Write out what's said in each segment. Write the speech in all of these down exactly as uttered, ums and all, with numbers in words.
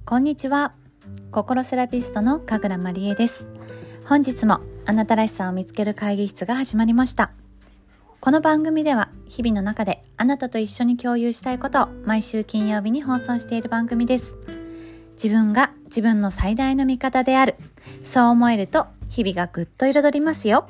こんにちは。心セラピストの神楽まりえです。本日もあなたらしさを見つける会議室が始まりました。この番組では日々の中であなたと一緒に共有したいことを毎週金曜日に放送している番組です。自分が自分の最大の味方である、そう思えると日々がぐっと彩りますよ。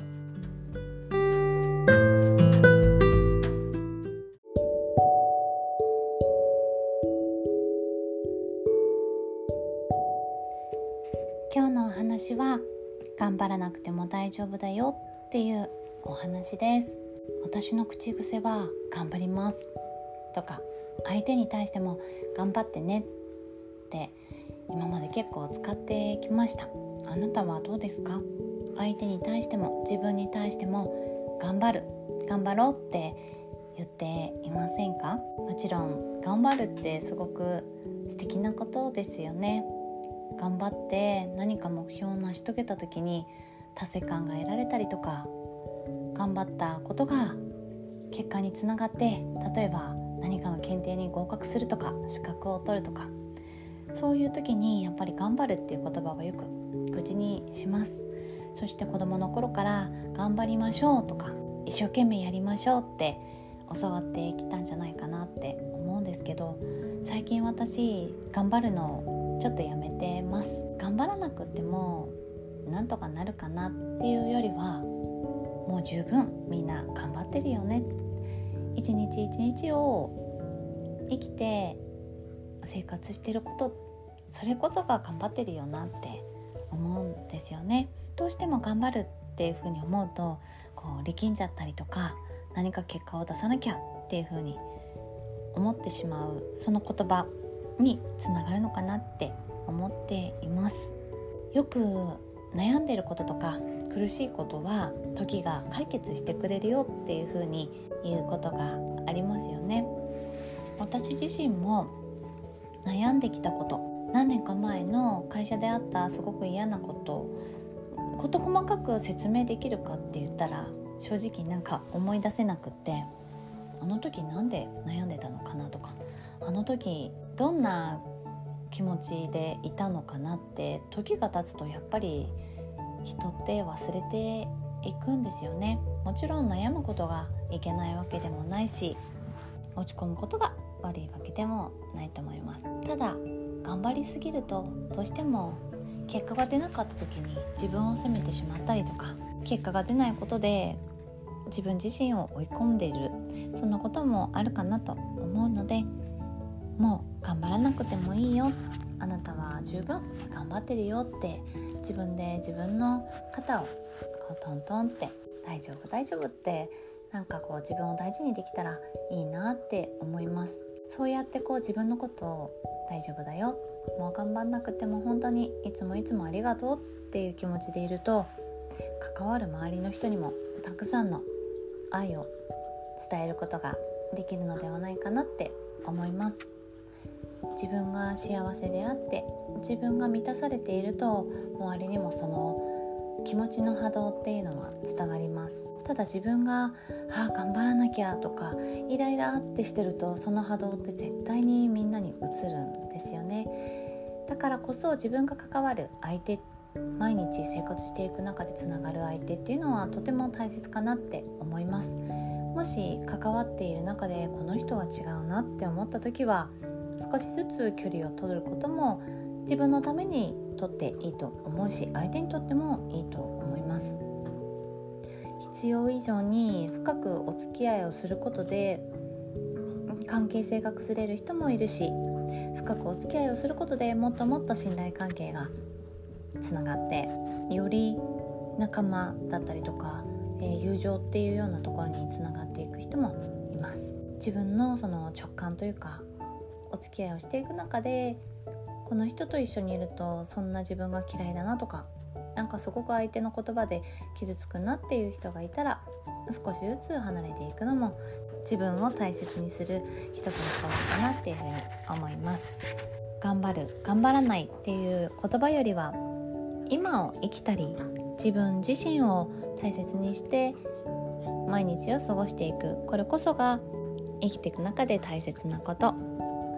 今日のお話は、頑張らなくても大丈夫だよっていうお話です。私の口癖は頑張りますとか、相手に対しても頑張ってねって今まで結構使ってきました。あなたはどうですか？相手に対しても自分に対しても頑張る、頑張ろうって言っていませんか？もちろん頑張るってすごく素敵なことですよね。頑張って何か目標を成し遂げた時に達成感が得られたりとか、頑張ったことが結果につながって、例えば何かの検定に合格するとか資格を取るとか、そういう時にやっぱり頑張るっていう言葉はよく口にします。そして子供の頃から頑張りましょうとか一生懸命やりましょうって教わってきたんじゃないかなって思うんですけど、最近私頑張るのをちょっとやめてます。頑張らなくてもなんとかなるかなっていうよりは、もう十分みんな頑張ってるよね、一日一日を生きて生活してること、それこそが頑張ってるよなって思うんですよね。どうしても頑張るっていう風に思うと、こう力んじゃったりとか、何か結果を出さなきゃっていう風に思ってしまう、その言葉につながるのかなって思っています。よく悩んでいることとか苦しいことは時が解決してくれるよっていう風に言うことがありますよね。私自身も悩んできたこと、何年か前の会社であったすごく嫌なこと事細かく説明できるかって言ったら正直なんか思い出せなくって、あの時なんで悩んでたのかなとか、あの時どんな気持ちでいたのかなって、時が経つとやっぱり人って忘れていくんですよね。もちろん悩むことがいけないわけでもないし、落ち込むことが悪いわけでもないと思います。ただ頑張りすぎるとどうしても結果が出なかった時に自分を責めてしまったりとか、結果が出ないことで自分自身を追い込んでいる、そんなこともあるかなと思うので、もう頑張らなくてもいいよ、あなたは十分頑張ってるよって自分で自分の肩をこうトントンって大丈夫大丈夫ってなんかこう自分を大事にできたらいいなって思います。そうやってこう自分のことを大丈夫だよ、もう頑張んなくても本当にいつもいつもありがとうっていう気持ちでいると、関わる周りの人にもたくさんの愛を伝えることができるのではないかなって思います。自分が幸せであって自分が満たされていると、周りにもその気持ちの波動っていうのは伝わります。ただ自分が、ああ頑張らなきゃとかイライラってしてると、その波動って絶対にみんなに移るんですよね。だからこそ自分が関わる相手、毎日生活していく中でつながる相手っていうのはとても大切かなって思います。もし関わっている中でこの人は違うなって思った時は、少しずつ距離を取ることも自分のためにとっていいと思うし、相手にとってもいいと思います。必要以上に深くお付き合いをすることで関係性が崩れる人もいるし、深くお付き合いをすることでもっともっと信頼関係がつながって、より仲間だったりとか、えー、友情っていうようなところにつながっていく人もいます。自分のその直感というか、お付き合いをしていく中で、この人と一緒にいるとそんな自分が嫌いだなとか、なんかすごく相手の言葉で傷つくなっていう人がいたら、少しずつ離れていくのも自分を大切にする一つの行為かなっていうふうに思います。頑張る、頑張らないっていう言葉よりは、今を生きたり自分自身を大切にして毎日を過ごしていく、これこそが生きていく中で大切なこと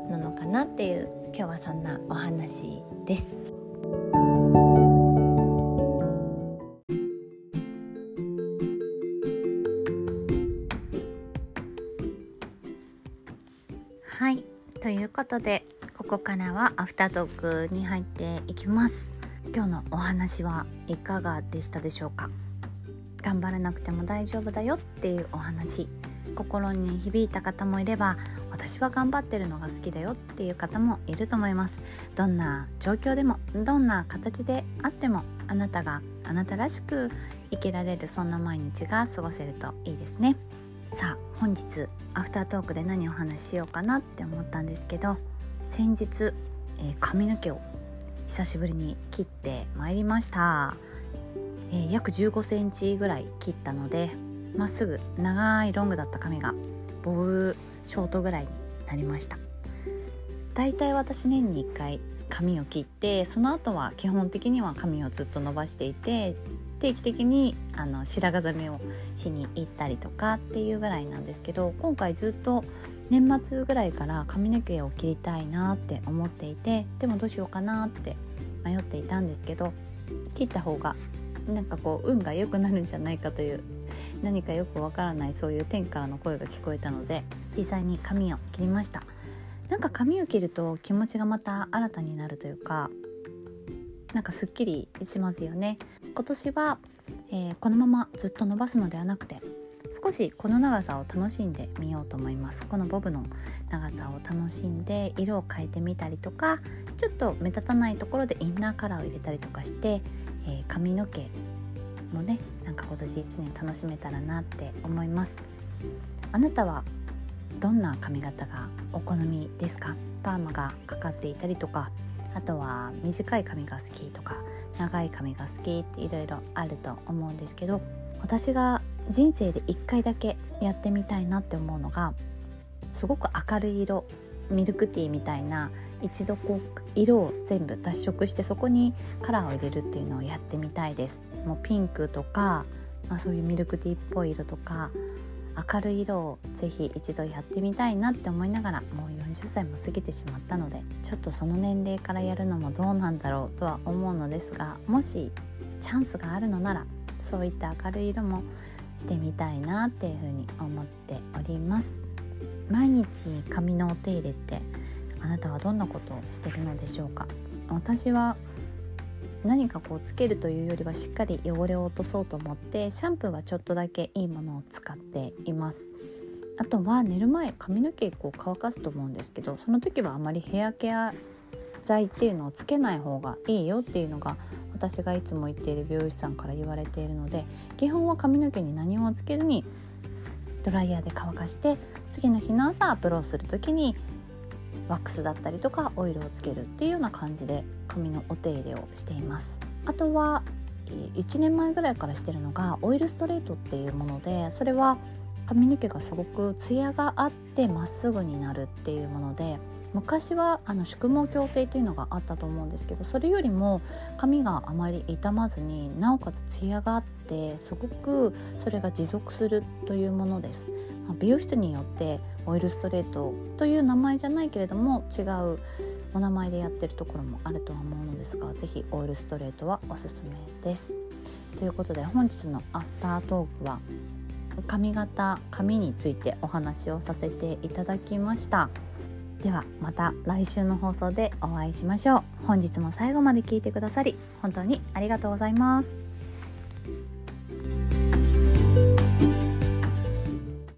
なのかなっていう、今日はそんなお話です。はい、ということでここからはアフタートークに入っていきます。今日のお話はいかがでしたでしょうか。頑張らなくても大丈夫だよっていうお話、心に響いた方もいれば、私は頑張ってるのが好きだよっていう方もいると思います。どんな状況でもどんな形であっても、あなたがあなたらしく生きられる、そんな毎日が過ごせるといいですね。さあ本日アフタートークで何をお話ししようかなって思ったんですけど、先日、えー、髪の毛を久しぶりに切ってまいりました。えー、約じゅうごセンチぐらい切ったので、まっすぐ長いロングだった髪がボブショートぐらいになりました。だいたい私年にいっかい髪を切って、その後は基本的には髪をずっと伸ばしていて、定期的にあの白髪染めをしに行ったりとかっていうぐらいなんですけど、今回ずっと年末ぐらいから髪の毛を切りたいなって思っていて、でもどうしようかなって迷っていたんですけど、切った方がなんかこう運が良くなるんじゃないかという、何かよくわからないそういう天からの声が聞こえたので、実際に髪を切りました。なんか髪を切ると気持ちがまた新たになるというか、なんかすっきりしますよね。今年は、えー、このままずっと伸ばすのではなくて、少しこの長さを楽しんでみようと思います。このボブの長さを楽しんで色を変えてみたりとか、ちょっと目立たないところでインナーカラーを入れたりとかして、えー、髪の毛もね、なんか今年いちねん楽しめたらなって思います。あなたはどんな髪型がお好みですか？パーマがかかっていたりとか、あとは短い髪が好きとか長い髪が好きっていろいろあると思うんですけど、私が人生でいっかいだけやってみたいなって思うのが、すごく明るい色、ミルクティーみたいな、一度こう色を全部脱色してそこにカラーを入れるっていうのをやってみたいです。もうピンクとか、まあ、そういうミルクティーっぽい色とか明るい色をぜひ一度やってみたいなって思いながら、もうよんじゅっさいも過ぎてしまったので、ちょっとその年齢からやるのもどうなんだろうとは思うのですが、もしチャンスがあるのならそういった明るい色もしてみたいなっていうふうに思っております。毎日髪のお手入れってあなたはどんなことをしているのでしょうか？私は何かこうつけるというよりは、しっかり汚れを落とそうと思ってシャンプーはちょっとだけいいものを使っています。あとは寝る前髪の毛こう乾かすと思うんですけど、その時はあまりヘアケア剤っていうのをつけない方がいいよっていうのが、私がいつも行っている美容師さんから言われているので、基本は髪の毛に何もつけずにドライヤーで乾かして、次の日の朝アプローする時にワックスだったりとかオイルをつけるっていうような感じで髪のお手入れをしています。あとはいちねんまえぐらいからしてるのがオイルストレートっていうもので、それは髪の毛がすごくツヤがあってまっすぐになるっていうもので、昔はあの宿毛矯正っていうのがあったと思うんですけど、それよりも髪があまり傷まずに、なおかつツヤがあってすごくそれが持続するというものです。美容室によってオイルストレートという名前じゃないけれども違うお名前でやってるところもあるとは思うのですが、ぜひオイルストレートはおすすめです。ということで本日のアフタートークは髪型、髪についてお話をさせていただきました。ではまた来週の放送でお会いしましょう。本日も最後まで聞いてくださり本当にありがとうございます。